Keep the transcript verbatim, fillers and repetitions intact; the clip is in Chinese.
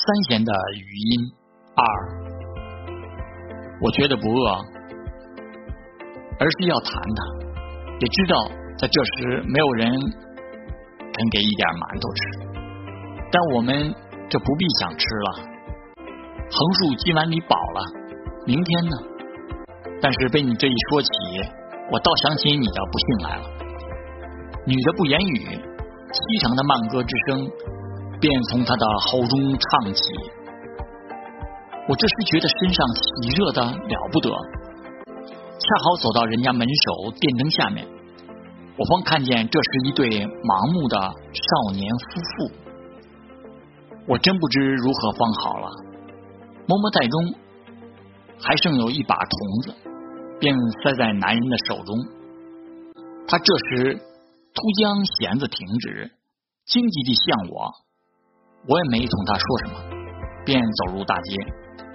三弦的语音二，我觉得不饿，而是要弹它，也知道在这时没有人肯给一点馒头吃，但我们这不必想吃了。横竖今晚里饱了，明天呢？但是被你这一说起，我倒想起你的不幸来了。女的不言语，凄长的慢歌之声便从她的喉中唱起。我这时觉得身上喜热的了不得，恰好走到人家门首电灯下面，我方看见这是一对盲目的少年夫妇。我真不知如何方好了，摸摸袋中还剩有一把筒子，便塞在男人的手中。他这时突将弦子停止，惊急地向我，我也没同他说什么，便走入大街。